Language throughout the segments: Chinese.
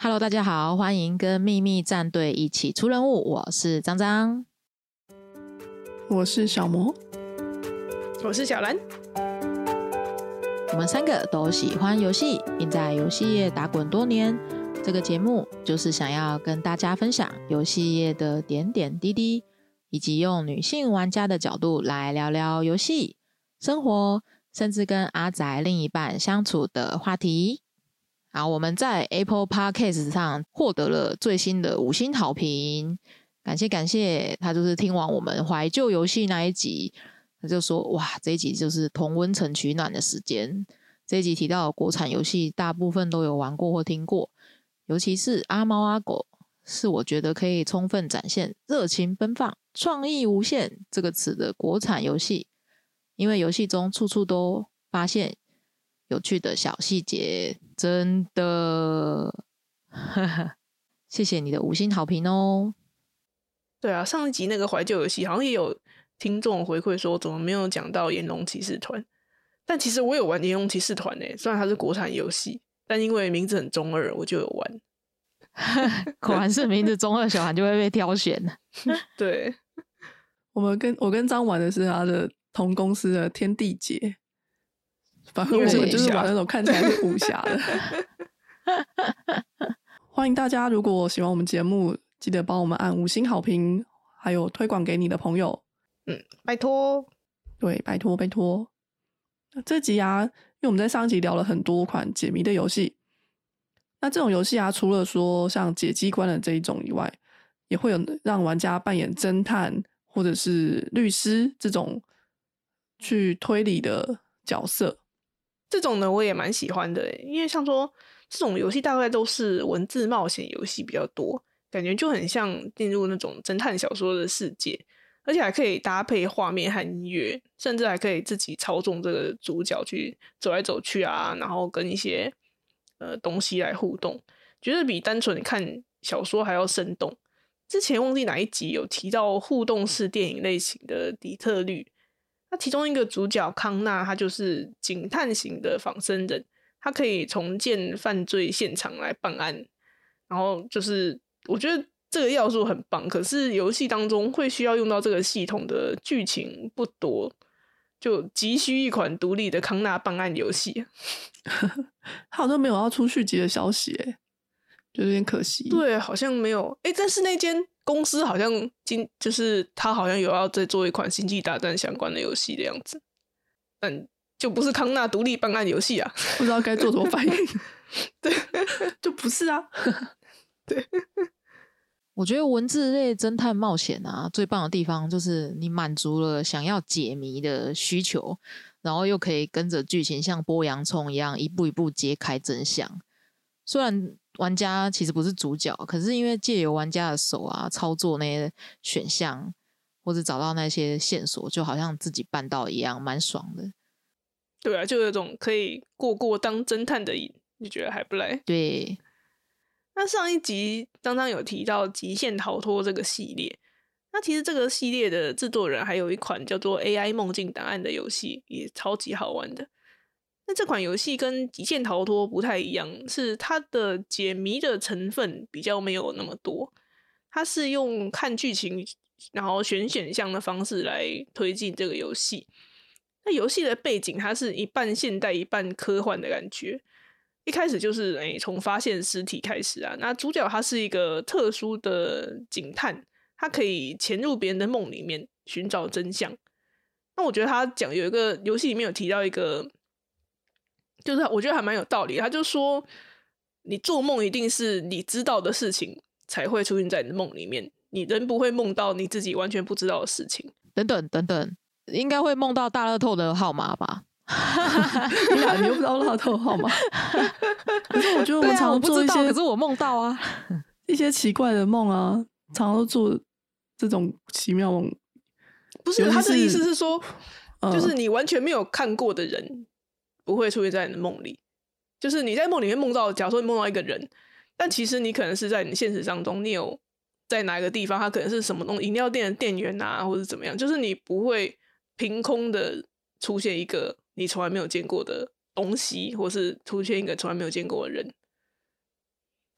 Hello， 大家好，欢迎跟秘密战队一起出任务。我是张张， 我是小魔， 我是小兰。 我们三个都喜欢游戏，并在游戏业打滚多年。这个节目就是想要跟大家分享游戏业的点点滴滴，以及用女性玩家的角度来聊聊游戏、生活，甚至跟阿宅另一半相处的话题。好，我们在 Apple Podcast 上获得了最新的5星好评，感谢。他就是听完我们怀旧游戏那一集，他就说哇，这一集就是同温层取暖的时间。这一集提到的国产游戏大部分都有玩过或听过，尤其是阿猫阿狗，是我觉得可以充分展现热情奔放、创意无限这个词的国产游戏。因为游戏中处处都发现有趣的小细节，真的谢谢你的5星好评哦。 对啊，上一集那个怀旧游戏好像也有听众回馈说怎么没有讲到炎龙骑士团，但其实我有玩炎龙骑士团耶，虽然它是国产游戏，但因为名字很中二我就有玩。 果然是名字中二，小孩就会被挑选。 对， 我跟张玩的是他的同公司的天地劫，反正我们就是玩那种看起来是武侠的。欢迎大家，如果喜欢我们节目，记得帮我们按5星好评，还有推广给你的朋友。 拜托。 对，拜托。那这集啊，因为我们在上一集聊了很多款解谜的游戏，那这种游戏啊，除了说像解机关的这一种以外，也会有让玩家扮演侦探或者是律师这种去推理的角色。 这种呢我也蛮喜欢的耶，因为像说这种游戏大概都是文字冒险游戏比较多，感觉就很像进入那种侦探小说的世界，而且还可以搭配画面和音乐，甚至还可以自己操纵这个主角去走来走去啊，然后跟一些东西来互动，觉得比单纯看小说还要生动。之前忘记哪一集有提到互动式电影类型的底特律，那其中一个主角康纳，他就是警探型的仿生人，他可以重建犯罪现场来办案，然后就是我觉得这个要素很棒，可是游戏当中会需要用到这个系统的剧情不多，就急需一款独立的康纳办案游戏。 他好像没有要出续集的消息耶，就有点可惜。 对，好像没有。但是那间公司好像就是他好像有要再做一款星际大战相关的游戏的样子，但就不是康纳独立办案游戏啊， 不知道该做什么反应。对，就不是啊。 对， 我觉得文字类侦探冒险啊，最棒的地方就是你满足了想要解谜的需求，然后又可以跟着剧情像剥洋葱一样一步一步揭开真相。虽然玩家其实不是主角，可是因为借由玩家的手啊操作那些选项，或者找到那些线索，就好像自己办到一样，蛮爽的。 对啊，就有种可以过当侦探的瘾，就觉得还不赖。 对。 那上一集张张有提到极限逃脱这个系列，那其实这个系列的制作人还有一款叫做 AI 梦境档案的游戏，也超级好玩的。那这款游戏跟极限逃脱不太一样，是它的解谜的成分比较没有那么多，它是用看剧情然后选选项的方式来推进这个游戏。那游戏的背景它是一半现代一半科幻的感觉，一开始就是从发现尸体开始啊。那主角他是一个特殊的警探，他可以潜入别人的梦里面寻找真相。那我觉得他讲有一个游戏里面有提到一个，就是我觉得还蛮有道理，他就说你做梦一定是你知道的事情才会出现在你的梦里面，你人不会梦到你自己完全不知道的事情。 等等，应该会梦到大乐透的号码吧？ 你又不知道乐透号码。可是我觉得我们常常做一些， 可是我梦到啊， 一些奇怪的梦啊，常常都做这种奇妙梦。 不是，他的意思是说，就是你完全没有看过的人不会出现在你的梦里，就是你在梦里面梦到，假如说你梦到一个人，但其实你可能是在你现实当中，你有在哪一个地方，他可能是什么东西，饮料店的店员啊，或者怎么样，就是你不会凭空的出现一个你从来没有见过的东西，或是出现一个从来没有见过的人，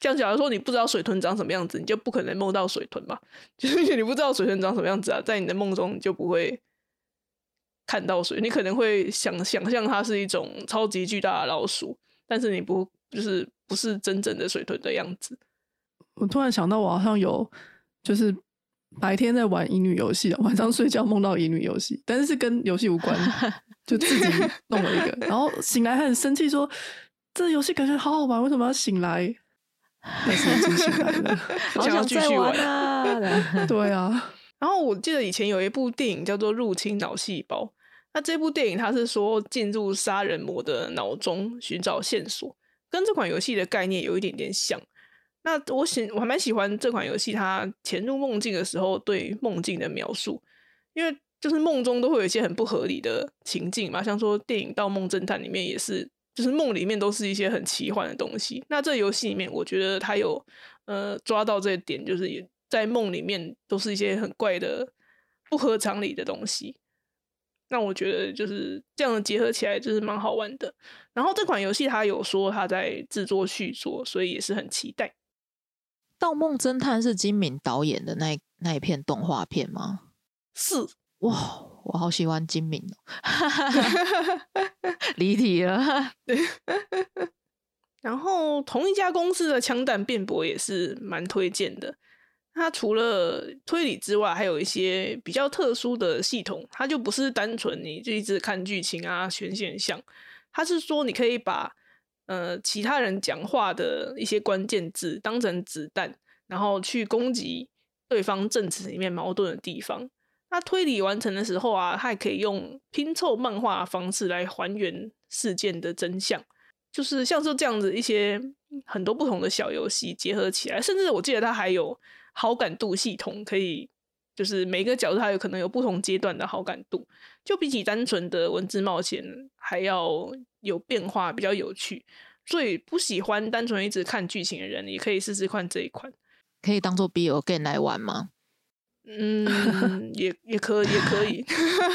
像假如说你不知道水豚长什么样子，你就不可能梦到水豚嘛。就是因为你不知道水豚长什么样子啊，在你的梦中你就不会看到水，你可能会想象它是一种超级巨大的老鼠，但是你不是真正的水豚的样子。 我突然想到，我好像有就是白天在玩乙女游戏，晚上睡觉梦到乙女游戏，但是跟游戏无关，就自己弄了一个，然后醒来还很生气说这游戏感觉好好玩，为什么要醒来？但是已经醒来了， 好想再玩啊！ 对啊。 然后我记得以前有一部电影叫做《入侵脑细胞》，那这部电影它是说进入杀人魔的脑中寻找线索，跟这款游戏的概念有一点点像。那我还蛮喜欢这款游戏，它潜入梦境的时候对梦境的描述，因为就是梦中都会有一些很不合理的情境嘛，像说电影《盗梦侦探》里面也是，就是梦里面都是一些很奇幻的东西。那这游戏里面，我觉得它有抓到这一点，就是也在梦里面都是一些很怪的、不合常理的东西。那我觉得就是这样的结合起来，就是蛮好玩的。然后这款游戏它有说它在制作续作，所以也是很期待。 《盗梦侦探》是金敏导演的那一片动画片吗？ 是。 哇，我好喜欢金敏哦，离题了。 然后同一家公司的枪弹辩驳也是蛮推荐的。它除了推理之外，还有一些比较特殊的系统，它就不是单纯你就一直看剧情啊选现象，它是说你可以把其他人讲话的一些关键字当成子弹，然后去攻击对方证词里面矛盾的地方。那推理完成的时候啊，它还可以用拼凑漫画的方式来还原事件的真相，就是像是这样子一些很多不同的小游戏结合起来，甚至我记得它还有好感度系统，可以就是每个角色它有可能有不同阶段的好感度，就比起单纯的文字冒险还要有变化，比较有趣。所以不喜欢单纯一直看剧情的人，也可以试试看这一款。 可以当做 BL game 来玩吗？ 也可以。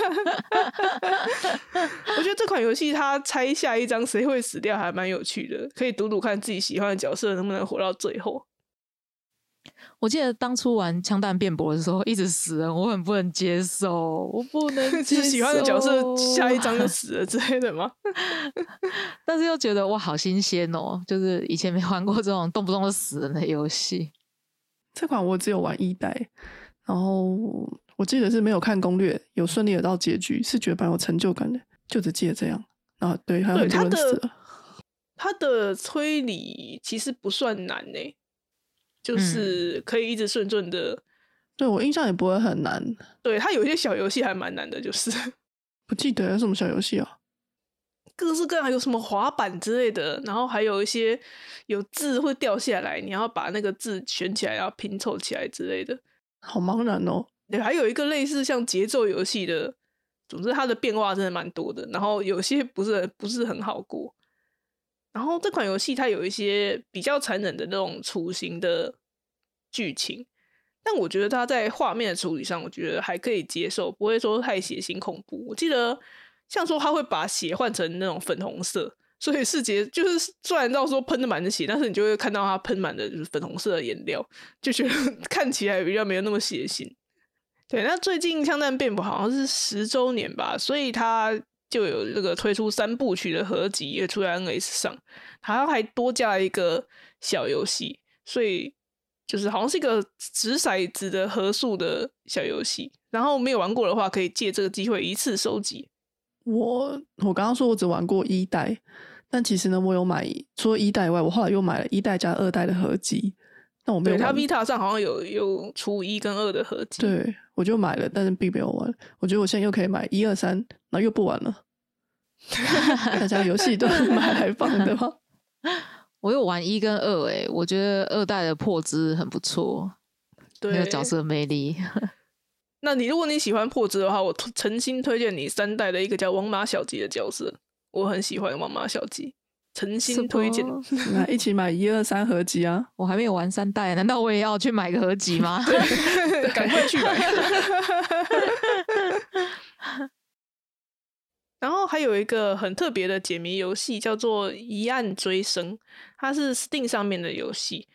我觉得这款游戏它猜下一章谁会死掉还蛮有趣的，可以赌赌看自己喜欢的角色能不能活到最后。 我记得当初玩枪弹辩驳的时候一直死人，我很不能接受，我不能接受。 是喜欢的角色下一章就死了之类的吗？ 但是又觉得哇好新鲜哦，就是以前没玩过这种动不动就死人的游戏。 这款我只有玩一代，然后我记得是没有看攻略，有顺利的到结局，是觉得蛮有成就感的，就只记得这样啊。对，还有很多人死了。 他的推理其实不算难欸，就是可以一直顺顺的。 对，我印象也不会很难。 对，他有一些小游戏还蛮难的，就是不记得有什么小游戏啊。 各式各样，有什么滑板之类的，然后还有一些有字会掉下来，你要把那个字选起来，然后拼凑起来之类的， 好茫然哦。 对，还有一个类似像节奏游戏的，总之它的变化真的蛮多的，然后有些不是很好过。然后这款游戏它有一些比较残忍的那种处刑的剧情，但我觉得它在画面的处理上，我觉得还可以接受，不会说太血腥恐怖。我记得像说他会把血换成那种粉红色，所以世杰就是虽然到说喷的满的血，但是你就会看到他喷满的就是粉红色的颜料，就觉得看起来比较没有那么血腥。对，那最近枪弹辩驳好像是10周年吧，所以他就有这个推出3部曲的合集也出在 NS 上，他还多加了一个小游戏，所以就是好像是一个掷骰子的合数的小游戏，然后没有玩过的话可以借这个机会一次收集。 我刚刚说我只玩过1代，但其实呢我有买除了1代以外，我后来又买了1代加2代的合集，但我没有玩。 对，它 Vita 上好像有出1跟2的合集， 对，我就买了，但是并没有玩。我觉得我现在又可以买1、2、3，然后又不玩了。大家游戏都是买来放的吗？ 我有玩1跟2，我觉得2代的破支很不错， 对， 那个角色魅力。 那如果你喜欢破支的话，我诚心推荐你3代的一个叫王马小吉的角色，我很喜欢王马小吉，诚心推荐。 那一起买1、2、3合集啊！ 我还没有玩3代，难道我也要去买个合集吗？ 赶快去买！然后还有一个很特别的解谜游戏叫做《疑案追声》，它是 Steam 上面的游戏。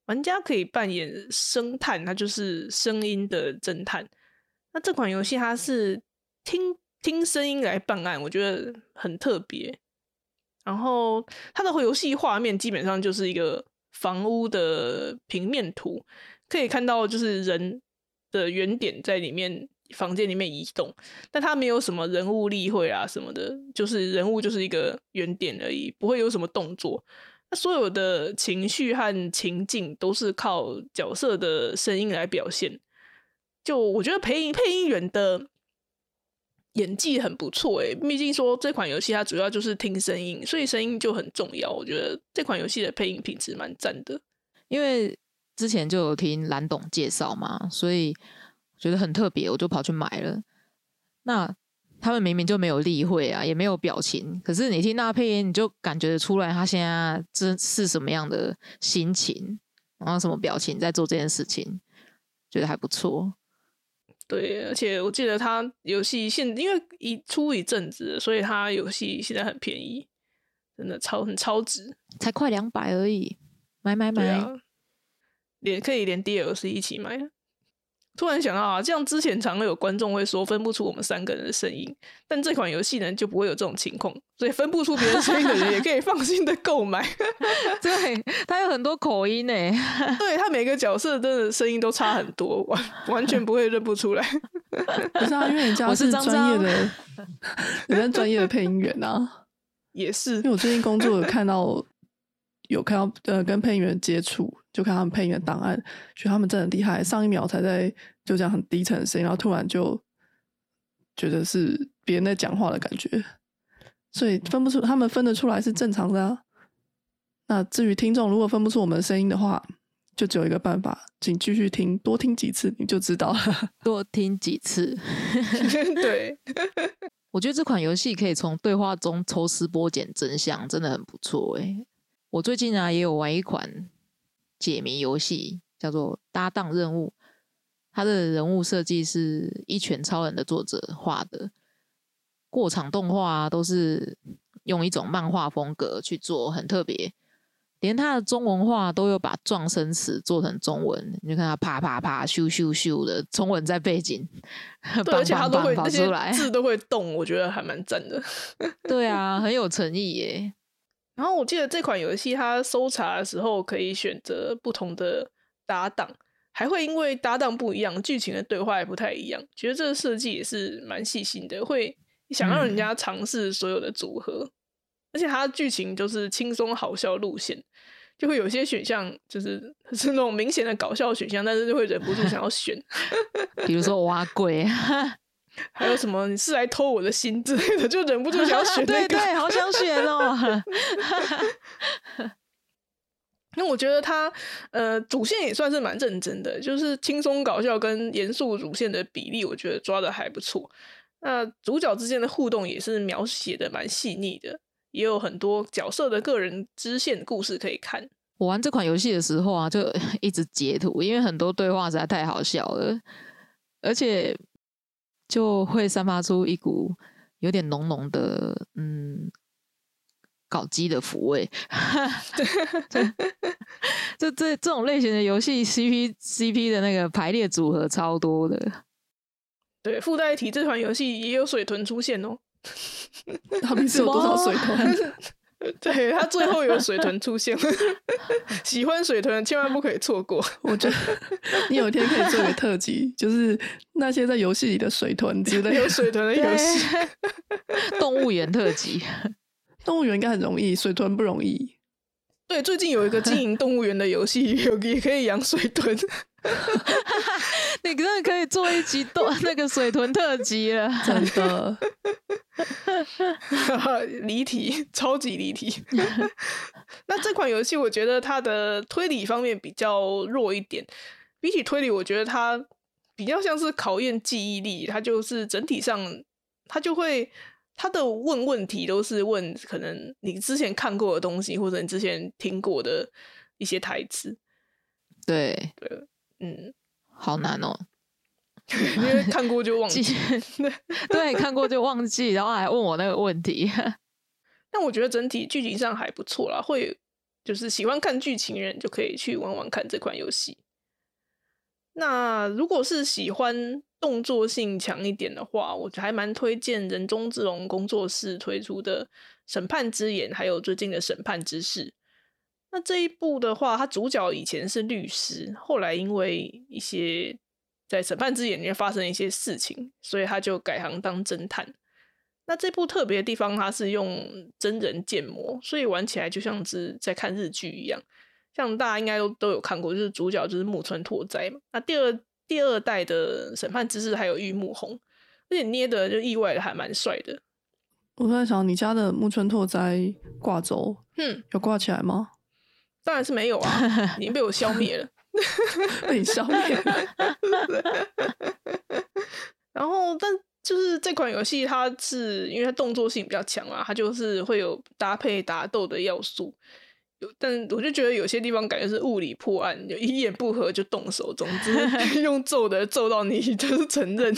玩家可以扮演声探，他就是声音的侦探。那这款游戏它是听声音来办案，我觉得很特别。然后它的游戏画面基本上就是一个房屋的平面图，可以看到就是人的圆点在里面房间里面移动，但它没有什么人物立绘啊什么的，就是人物就是一个圆点而已，不会有什么动作。那所有的情绪和情境都是靠角色的声音来表现。就我觉得配音员的演技很不错毕竟说这款游戏它主要就是听声音，所以声音就很重要。我觉得这款游戏的配音品质蛮赞的。 因为之前就有听蓝董介绍嘛，所以觉得很特别，我就跑去买了。那他们明明就没有例会啊，也没有表情，可是你听那配音，你就感觉得出来他现在这是什么样的心情，然后什么表情在做这件事情，觉得还不错。 对，而且我记得他游戏因为出一阵子了，所以他游戏现在很便宜，真的很超值， 才快200而已，买！ 对啊，可以连 DLC 一起买。突然想到啊，这样之前常有观众会说分不出我们3个人的声音，但这款游戏呢就不会有这种情况，所以分不出别人声音的人也可以放心的购买。 对，他有很多口音耶， 对，他每个角色的声音都差很多，完全不会认不出来。 不是啊，因为人家是专业的，人家专业的配音员啊。 也是， 因为我最近工作有看到跟配音员接触，就看他们配音的档案，觉得他们真的厉害。上一秒才在就这样很低沉的声音，然后突然就觉得是别人在讲话的感觉，所以分不出，他们分得出来是正常的啊。那至于听众如果分不出我们的声音的话，就只有一个办法，请继续听，多听几次你就知道了。 多听几次。 对， 我觉得这款游戏可以从对话中抽丝剥茧真相，真的很不错我最近也有玩一款解谜游戏，叫做搭档任务。它的人物设计是一拳超人的作者画的，过场动画都是用一种漫画风格去做，很特别。连它的中文化都有把撞声词做成中文，你就看它啪啪啪、咻咻咻的中文在背景， 对，而且它都会跑出来， 那些字都会动，我觉得还蛮赞的。 对啊，很有诚意耶。 然后我记得这款游戏它搜查的时候可以选择不同的搭档，还会因为搭档不一样，剧情的对话也不太一样。觉得这个设计也是蛮细心的，会想让人家尝试所有的组合。而且它的剧情就是轻松好笑路线，就会有些选项是那种明显的搞笑选项，但是就会忍不住想要选。 比如说挖柜。 还有什么你是来偷我的心之类的，就忍不住想要选那个。 对，好想选哦。 因为我觉得他主线也算是蛮认真的，就是轻松搞笑跟严肃主线的比例，我觉得抓的还不错。那主角之间的互动也是描写的蛮细腻的，也有很多角色的个人支线故事可以看。 我玩这款游戏的时候就一直截图，因为很多对话实在太好笑了，而且就会散发出一股有点浓浓的搞基的抚味。这种类型的游戏 CP 的那个排列组合超多的。 对，附带一提，这款游戏也有水豚出现哦。 他们是有多少水豚？ 对，他最后有水豚出现。喜欢水豚千万不可以错过。 我觉得你有一天可以做一个特辑，就是那些在游戏里的水豚之类， 有水豚的游戏。 动物园特辑。 动物园应该很容易，水豚不容易。 对，最近有一个经营动物园的游戏，也可以养水豚。 你真的可以做一集那个水豚特辑了， 真的。 离题，超级离题。那这款游戏我觉得它的推理方面比较弱一点，比起推理我觉得它比较像是考验记忆力，它就是整体上它就会他的问题都是问可能你之前看过的东西，或者你之前听过的一些台词。 对，好难哦。 因为看过就忘记。 对，看过就忘记，然后还问我那个问题。 但我觉得整体剧情上还不错啦，会就是喜欢看剧情人就可以去玩玩看这款游戏。那如果是喜欢动作性强一点的话，我还蛮推荐人中之龙工作室推出的审判之眼还有最近的审判之誓。那这一部的话，他主角以前是律师，后来因为一些在审判之眼里面发生一些事情，所以他就改行当侦探。那这部特别的地方，它是用真人建模，所以玩起来就像是在看日剧一样。像大家应该都有看过，就是主角就是木村拓哉嘛。那第二代的审判之誓还有玉木宏，而且捏的就意外的还蛮帅的。 我在想，你家的木村拓哉挂轴，有挂起来吗？ 当然是没有啊，已经被我消灭了。 被你消灭了。 然后，但就是这款游戏，它是因为它动作性比较强啊，它就是会有搭配打斗的要素。但我就觉得有些地方感觉是物理破案，就一言不合就动手，总之用揍的揍到你就是承认。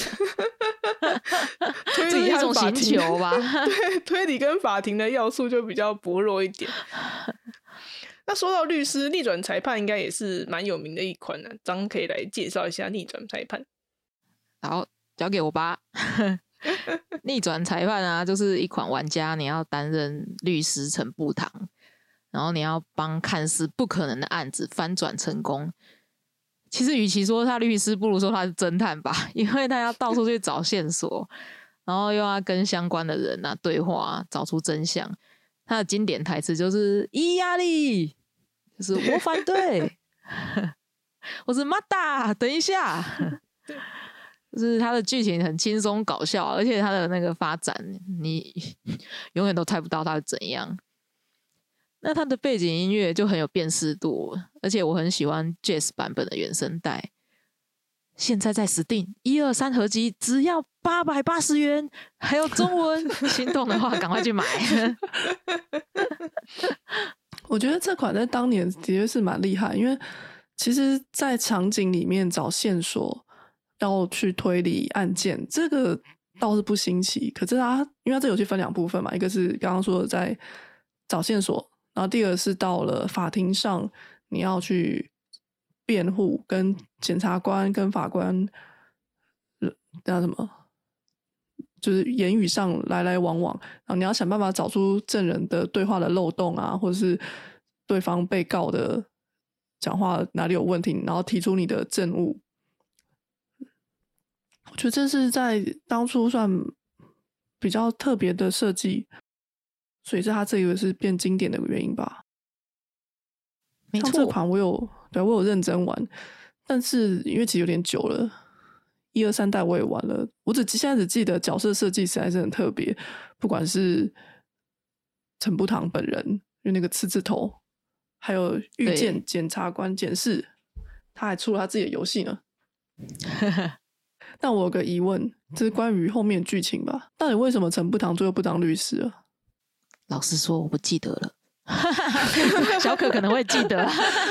推理和法庭这是一种刑求吧？ 对，推理跟法庭的要素就比较薄弱一点。那说到律师，逆转裁判应该也是蛮有名的一款呢。张可以来介绍一下逆转裁判。 好，交给我吧。逆转裁判啊，就是一款玩家你要担任律师陈步堂，然后你要帮看似不可能的案子翻转成功。其实与其说他律师，不如说他是侦探吧，因为他要到处去找线索，然后又要跟相关的人啊对话，找出真相。他的经典台词就是伊压力，就是我反对，我是马达，等一下。就是他的剧情很轻松搞笑，而且他的那个发展你永远都猜不到他是怎样。那他的背景音乐就很有辨识度，而且我很喜欢 Jazz 版本的原声带。现在在 Steam 123合集只要880元，还有中文，心动的话赶快去买。 我觉得这款在当年的确是蛮厉害，因为其实在场景里面找线索要去推理案件，这个倒是不新奇。可是因为它这游戏分两部分嘛，一个是刚刚说的在找线索，然后第二个是到了法庭上你要去辩护，跟检察官跟法官叫什么，就是言语上来来往往，然后你要想办法找出证人的对话的漏洞啊，或者是对方被告的讲话哪里有问题，然后提出你的证物。我觉得这是在当初算比较特别的设计，所以是它这个是变经典的原因吧。 没错， 像这款我有认真玩，但是因为其实有点久了，1、2、3代我也玩了，我现在只记得角色设计实在是很特别，不管是陈步堂本人，因为那个刺字头，还有遇见检察官检视，他还出了他自己的游戏呢。但我有个疑问，这是关于后面剧情吧？到底为什么陈步堂最后不当律师了？ 老实说，我不记得了。小可可能会记得。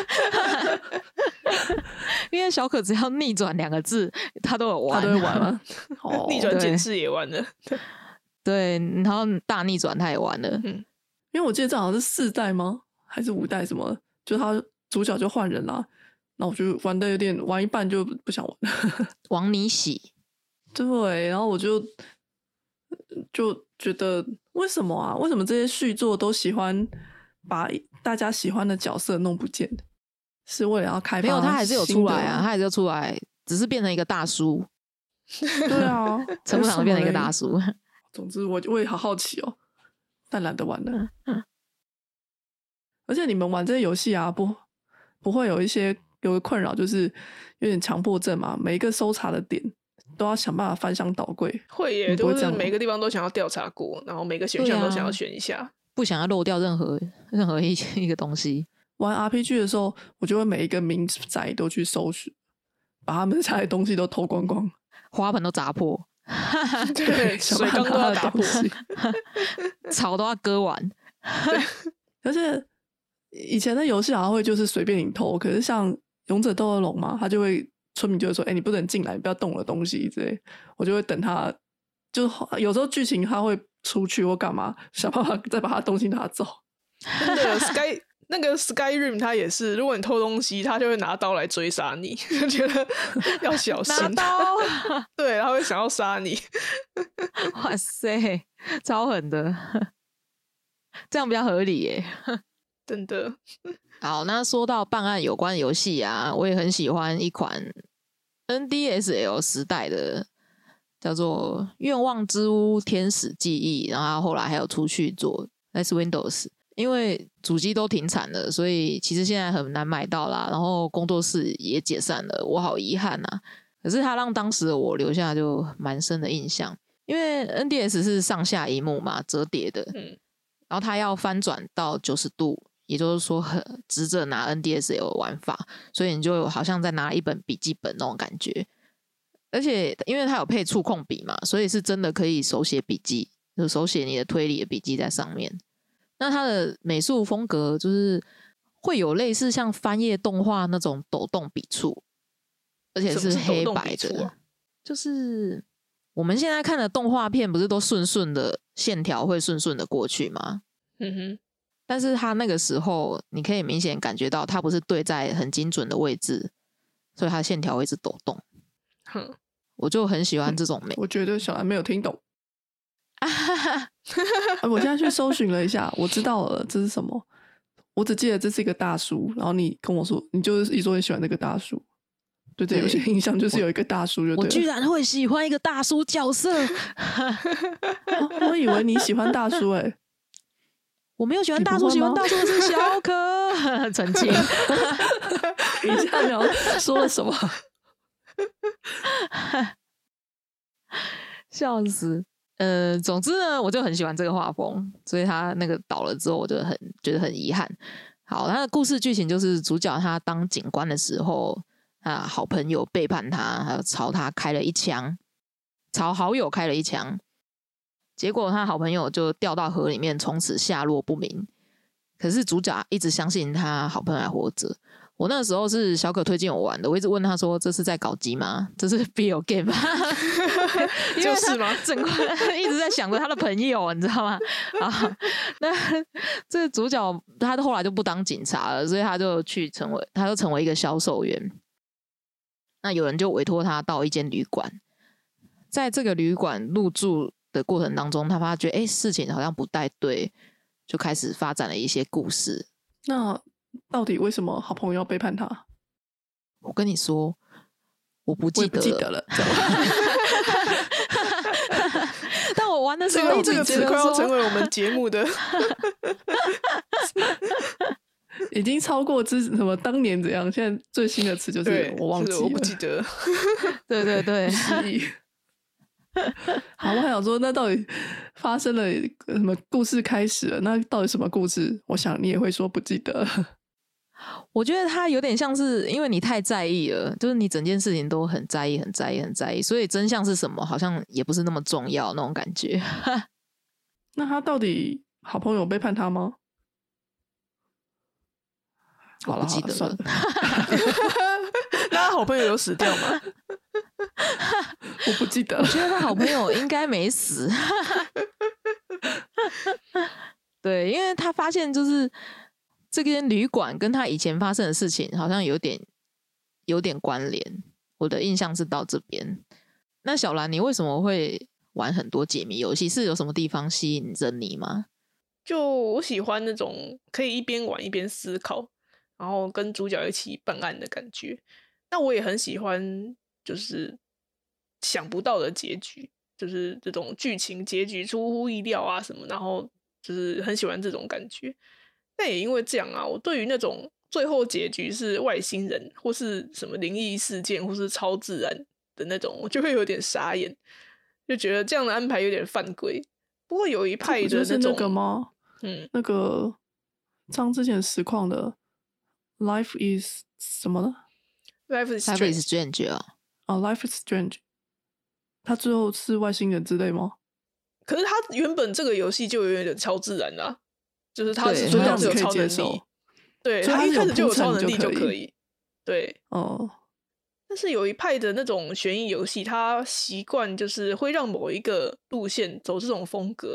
因为小可只要逆转2个字，他都有玩， 他都会玩吗？ 逆转检视也玩了。 对，然后大逆转他也玩了。 因为我记得这好像是4代吗？还是5代什么？就他主角就换人啦。那我就玩的有点玩一半就不想玩了。 王你喜， 对，然后我就觉得为什么啊？为什么这些续作都喜欢把大家喜欢的角色弄不见？是为了要开发？ 没有，他还是有出来啊，他还是有出来，只是变成一个大叔。 对啊， 陈步堂变成一个大叔。 总之我也好好奇哦，但懒得玩了。而且你们玩这些游戏啊，不会有个困扰，就是有点强迫症嘛，每一个搜查的点都要想办法翻箱倒柜。 会耶，就是每个地方都想要调查过，然后每个选项都想要选一下， 不想要漏掉任何一个东西。 玩 RPG 的时候，我就会每一个民宅都去搜寻，把他们家的东西都偷光光， 花盆都砸破， 对，水缸都要打破， 草都要割完。 而且以前的游戏好像会就是随便你偷，可是像勇者斗恶龙嘛，他就会村民就会说：“你不能进来，你不要动我的东西。”之类，我就会等他，就有时候剧情他会出去或干嘛，想办法再把他东西拿走。 真的那个 Skyrim 它也是，如果你偷东西，它就会拿刀来追杀你，就觉得要小心。 拿刀， 对，他会想要杀你。 哇塞，超狠的，这样比较合理耶。 真的。 好，那说到办案有关的游戏啊，我也很喜欢一款 NDSL 时代的，叫做《愿望之屋：天使记忆》，然后后来还有出去做，那是 Windows。因为主机都停产了，所以其实现在很难买到啦。然后工作室也解散了，我好遗憾啊。可是它让当时的我留下就蛮深的印象，因为 NDS 是上下萤幕嘛，折叠的，然后它要翻转到90度，也就是说直着拿 NDSL 玩法，所以你就好像在拿一本笔记本那种感觉。而且因为它有配触控笔嘛，所以是真的可以手写笔记，就手写你的推理的笔记在上面。那它的美术风格就是会有类似像翻页动画那种抖动笔触，而且是黑白的。就是我们现在看的动画片不是都顺顺的线条会顺顺的过去吗？但是它那个时候你可以明显感觉到它不是对在很精准的位置，所以它的线条会一直抖动。我就很喜欢这种美。 我觉得小兰没有听懂。我现在去搜寻了一下，我知道了这是什么。我只记得这是一个大叔，然后你跟我说，你就是一说你喜欢那个大叔，对对，有些印象就是有一个大叔就对了。 我居然会喜欢一个大叔角色。 我以为你喜欢大叔欸。 我没有喜欢大叔，喜欢大叔的是小可。澄清。 你下秒说了什么？ 笑死。总之呢，我就很喜欢这个画风，所以他那个倒了之后，我就觉得很遗憾。好，他的故事剧情就是主角他当警官的时候，好朋友背叛他，还有朝他开了一枪，朝好友开了一枪，结果他好朋友就掉到河里面，从此下落不明。可是主角一直相信他好朋友还活着。我那个时候是小可推荐我玩的，我一直问他说：“这是在搞基吗？这是 BL game 吗？” 就是吗？ 整个一直在想着他的朋友，你知道吗？啊，那这个主角他后来就不当警察了，所以他就成为一个销售员。那有人就委托他到一间旅馆，在这个旅馆入住的过程当中，他发觉事情好像不太对，就开始发展了一些故事。 那到底为什么好朋友要背叛他？ 我跟你说，我不记得了。但我玩的时候一直这个词快要成为我们节目的， 已经超过什么当年怎样？现在最新的词就是我忘记了， 我不记得。 对对对。 好，我还想说，那到底发生了什么故事开始了？那到底什么故事？我想你也会说不记得。 我觉得他有点像是因为你太在意了，就是你整件事情都很在意很在意很在意，所以真相是什么好像也不是那么重要那种感觉。 那他到底好朋友背叛他吗？ 我不记得了。 那他好朋友有死掉吗？ 我不记得。 我觉得他好朋友应该没死。对，因为他发现就是这间旅馆跟他以前发生的事情好像有点关联，我的印象是到这边。那小兰，你为什么会玩很多解谜游戏？是有什么地方吸引着你吗？ 就我喜欢那种可以一边玩一边思考，然后跟主角一起办案的感觉。那我也很喜欢就是想不到的结局，就是这种剧情结局出乎意料啊什么，然后就是很喜欢这种感觉。但也因为这样啊，我对于那种最后结局是外星人或是什么灵异事件或是超自然的那种，我就会有点傻眼，就觉得这样的安排有点犯规。不过有一派的就是那个吗？那个张之前实况的 Life is 什么呢？ Life is Strange 啊。 Life is Strange， 他最后是外星人之类吗？ 可是他原本这个游戏就有点超自然啦，就是他是这样子有超能力，对，他一开始就有超能力就可以，对，但是有一派的那种悬疑游戏，他习惯就是会让某一个路线走这种风格，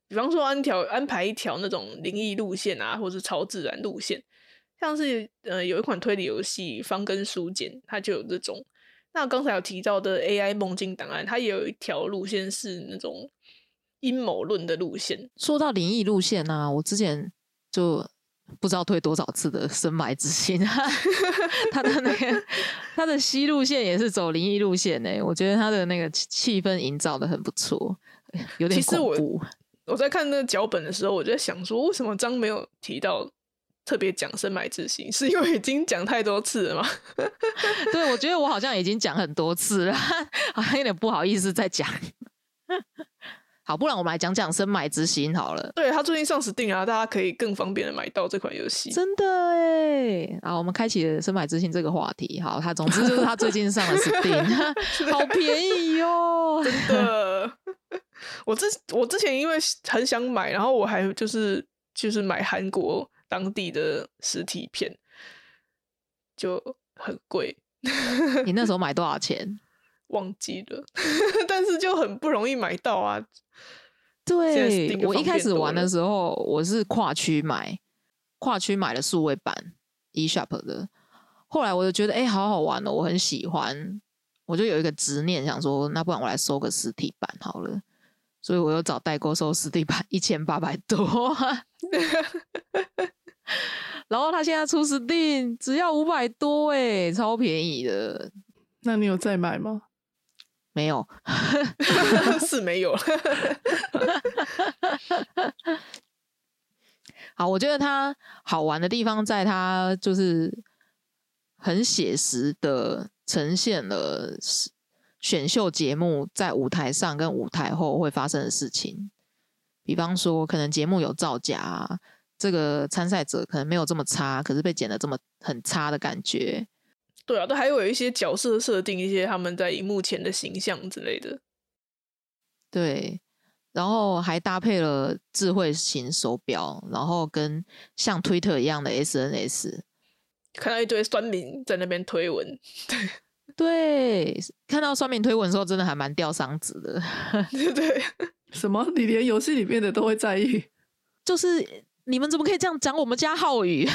比方说安排一条那种灵异路线啊，或是超自然路线，像是有一款推理游戏《方根书简》，它就有这种。那刚才有提到的 AI 梦境档案，它也有一条路线是那种阴谋论的路线。 说到灵异路线啊，我之前就不知道推多少次的深埋之心，他的那个他的西路线也是走灵异路线我觉得他的那个气氛营造的很不错，有点恐怖。 我在看那个脚本的时候，我就在想说，为什么章没有提到特别讲深埋之心？是因为已经讲太多次了吗？ 对，我觉得我好像已经讲很多次了，好像有点不好意思再讲。好，不然我们来讲讲深埋之心好了。 对，他最近上Steam啊，大家可以更方便的买到这款游戏。真的好，我们开启了深埋之心这个话题。好，他总之就是他最近上了Steam， 好便宜哦， 真的。我之前因为很想买，然后我还就是买韩国当地的实体片，就很贵。 你那时候买多少钱？ 忘记了，但是就很不容易买到啊。 对，我一开始玩的时候，我是跨区买了数位版 eShop 的，后来我就觉得好好玩哦，我很喜欢，我就有一个执念，想说那不然我来收个实体版好了，所以我又找代购收实体版1800多，然后他现在出Steam只要500多超便宜的。 那你有再买吗？ 没有。 是没有。 好，我觉得它好玩的地方在它就是很写实的呈现了选秀节目在舞台上跟舞台后会发生的事情，比方说可能节目有造假啊，这个参赛者可能没有这么差，可是被剪得这么很差的感觉。 对啊，都还有一些角色设定，一些他们在荧幕前的形象之类的。 对，然后还搭配了智慧型手表，然后跟像 Twitter 一样的 SNS， 看到一堆酸民在那边推文。 对，看到酸民推文的时候，真的还蛮吊嗓子的。 对， 什么？你连游戏里面的都会在意？ 就是你们怎么可以这样讲我们家浩宇？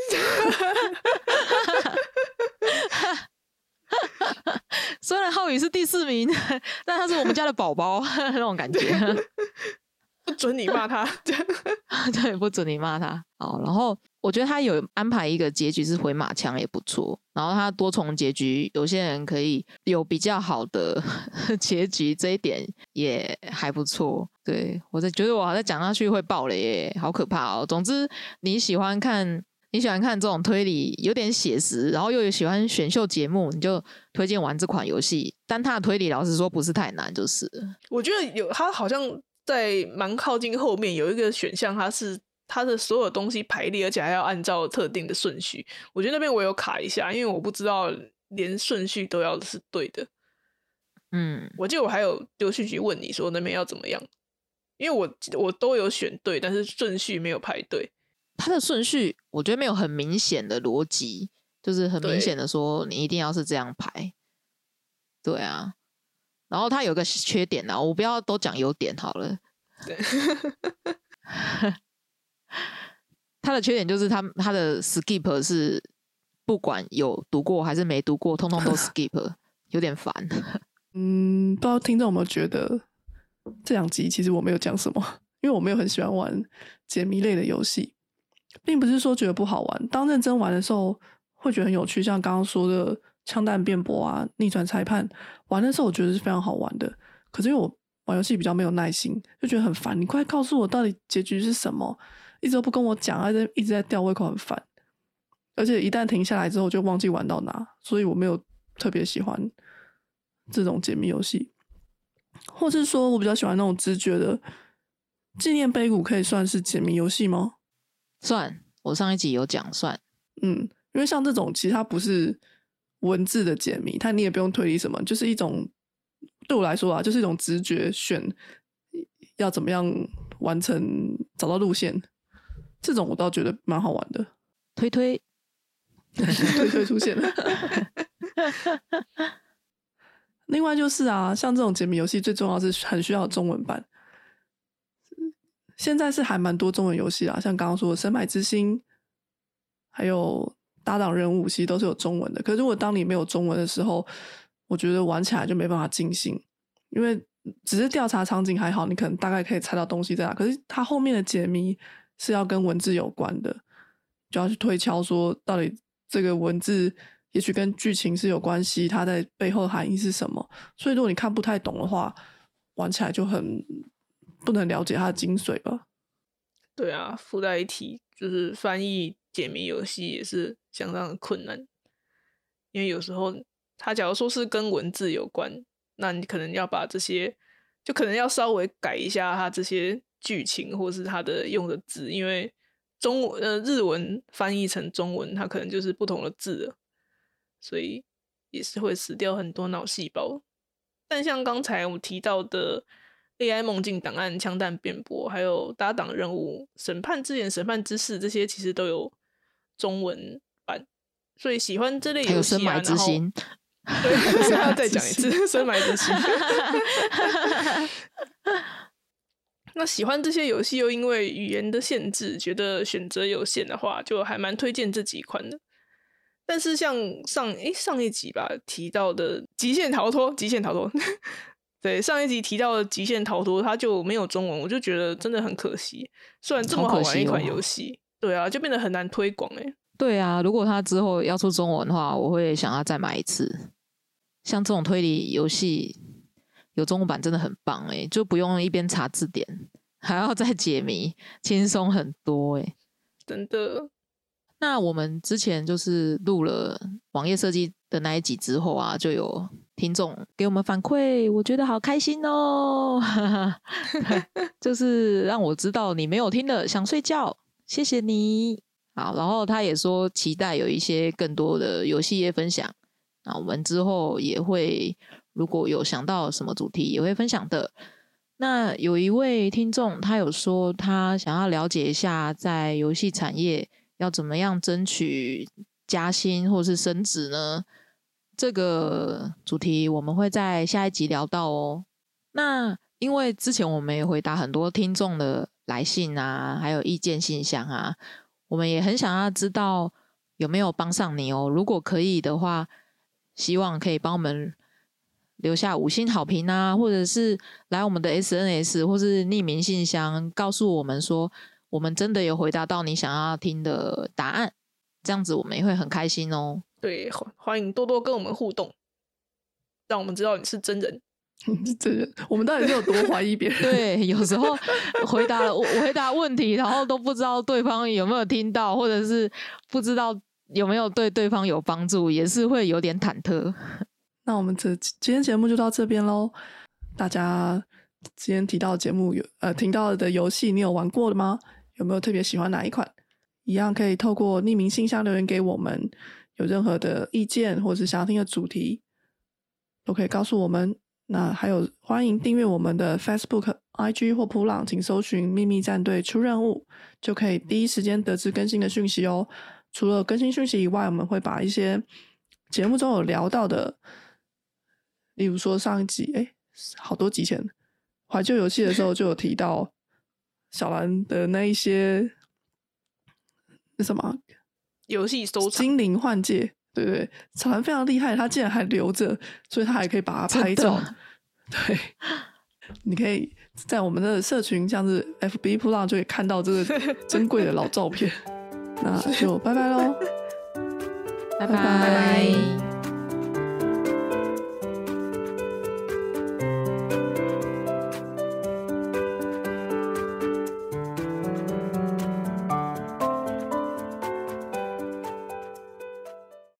虽然浩宇是第4名，但他是我们家的宝宝，那种感觉。 不准你骂他。 对，不准你骂他。好，然后我觉得他有安排一个结局是回马枪也不错，然后他多重结局，有些人可以有比较好的结局，这一点也还不错。对，我觉得我好像讲下去会爆雷耶，好可怕哦。总之你喜欢看这种推理有点写实，然后又有喜欢选秀节目，你就推荐玩这款游戏。但它的推理老实说不是太难，就是了。 我觉得它好像在蛮靠近后面有一个选项，它的所有东西排列，而且还要按照特定的顺序。我觉得那边我有卡一下，因为我不知道连顺序都要是对的。我记得我还有丢讯息问你说那边要怎么样，因为我都有选对，但是顺序没有排对。 它的顺序我觉得没有很明显的逻辑，就是很明显的说你一定要是这样排。对啊，然后它有个缺点啊，我不要都讲优点好了。 对。 它的缺点就是它的 skip 是不管有读过还是没读过，通通都 skip， 有点烦。 不知道听众有没有觉得这2集其实我没有讲什么，因为我没有很喜欢玩解谜类的游戏，并不是说觉得不好玩，当认真玩的时候会觉得很有趣，像刚刚说的枪弹辩驳啊、逆转裁判，玩的时候我觉得是非常好玩的。可是因为我玩游戏比较没有耐心，就觉得很烦，你快告诉我到底结局是什么，一直都不跟我讲，一直在吊胃口，很烦。而且一旦停下来之后就忘记玩到哪，所以我没有特别喜欢这种解谜游戏。或是说我比较喜欢那种直觉的。纪念碑谷可以算是解谜游戏吗？ 算，我上一集有讲算。 因为像这种其实它不是文字的解谜，你也不用推理什么，就是一种对我来说啊，就是一种直觉选要怎么样完成，找到路线，这种我倒觉得蛮好玩的。 推推出现了。另外就是啊，像这种解谜游戏最重要是很需要中文版。 现在是还蛮多中文游戏啦，像刚刚说的《深海之心》，还有搭档任务，其实都是有中文的。可是如果当你没有中文的时候，我觉得玩起来就没办法尽兴，因为只是调查场景还好，你可能大概可以猜到东西在哪，可是它后面的解谜是要跟文字有关的，就要去推敲说到底这个文字也许跟剧情是有关系，它在背后的含义是什么。所以如果你看不太懂的话，玩起来就很不能了解它的精髓吧。 对啊，附带一提就是翻译解谜游戏也是相当的困难，因为有时候它假如说是跟文字有关，那你可能要把这些就可能要稍微改一下它这些剧情或是它的用的字，因为日文翻译成中文它可能就是不同的字了，所以也是会死掉很多脑细胞。但像刚才我们提到的 AI 梦境档案、枪弹辩驳，还有搭档任务、审判之眼、审判之事，这些其实都有中文版，所以喜欢这类游戏啊， 还有深埋之心， 对，要再讲一次深埋之心。那喜欢这些游戏又因为语言的限制，觉得选择有限的话，就还蛮推荐这几款的。但是像上一集吧提到的极限逃脱对，上一集提到的极限逃脱它就没有中文，我就觉得真的很可惜。虽然这么好玩一款游戏，对啊，就变得很难推广对啊，如果它之后要出中文的话，我会想要再买一次。像这种推理游戏有中文版真的很棒就不用一边查字典还要再解谜，轻松很多真的。 那我们之前就是录了网页设计的那一集之后啊，就有听众给我们反馈，我觉得好开心哦就是让我知道你没有听的想睡觉，谢谢你。好，然后他也说期待有一些更多的游戏业分享，那我们之后也会如果有想到什么主题也会分享的。那有一位听众他有说他想要了解一下在游戏产业要怎么样争取加薪或是升职呢？这个主题我们会在下一集聊到哦。那因为之前我们也回答很多听众的来信啊，还有意见信箱啊，我们也很想要知道有没有帮上你哦。如果可以的话，希望可以帮我们留下5星好评啊，或者是来我们的 SNS 或是匿名信箱告诉我们说我们真的有回答到你想要听的答案，这样子我们也会很开心哦。 对，欢迎多多跟我们互动，让我们知道你是真人。 真人，我们到底是有多怀疑别人？ 对，有时候我回答问题，然后都不知道对方有没有听到，或者是不知道有没有对对方有帮助，也是会有点忐忑。 那我们今天节目就到这边咯。大家今天提到的节目听到的游戏你有玩过的吗？有没有特别喜欢哪一款？一样可以透过匿名信箱留言给我们，有任何的意见或是想要听的主题都可以告诉我们。那还有欢迎订阅我们的 Facebook、IG 或噗浪，请搜寻秘密战队出任务，就可以第一时间得知更新的讯息哦。除了更新讯息以外，我们会把一些节目中有聊到的，例如说上一集好多集前怀旧游戏的时候就有提到小兰的那一些什么游戏收藏精灵幻界，对对，小兰非常厉害，他竟然还留着，所以他还可以把它拍照。对，你可以在我们的社群像是 FB 噗浪就可以看到这个珍贵的老照片。那就拜拜咯， 拜拜。